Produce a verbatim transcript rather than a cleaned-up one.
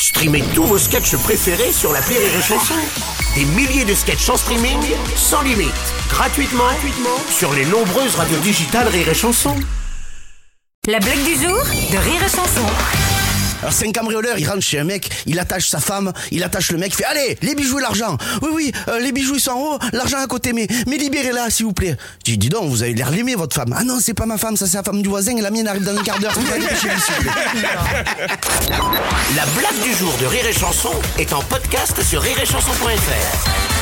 Streamez tous vos sketchs préférés sur l'appli Rire et Chanson. Des milliers de sketchs en streaming, sans limite, gratuitement, gratuitement sur les nombreuses radios digitales Rire et Chanson. La blague du jour de Rire et Chanson. Alors c'est un cambrioleur, il rentre chez un mec, il attache sa femme, il attache le mec, il fait « Allez, les bijoux et l'argent !»« Oui, oui, euh, les bijoux ils sont en haut, l'argent à côté, mais, mais libérez-la s'il vous plaît. » Je dis « Dis donc, vous avez l'air l'aimer votre femme. »« Ah non, c'est pas ma femme, ça c'est la femme du voisin et la mienne arrive dans un quart d'heure. » La blague du jour de Rire et Chanson est en podcast sur rire et chanson point f r.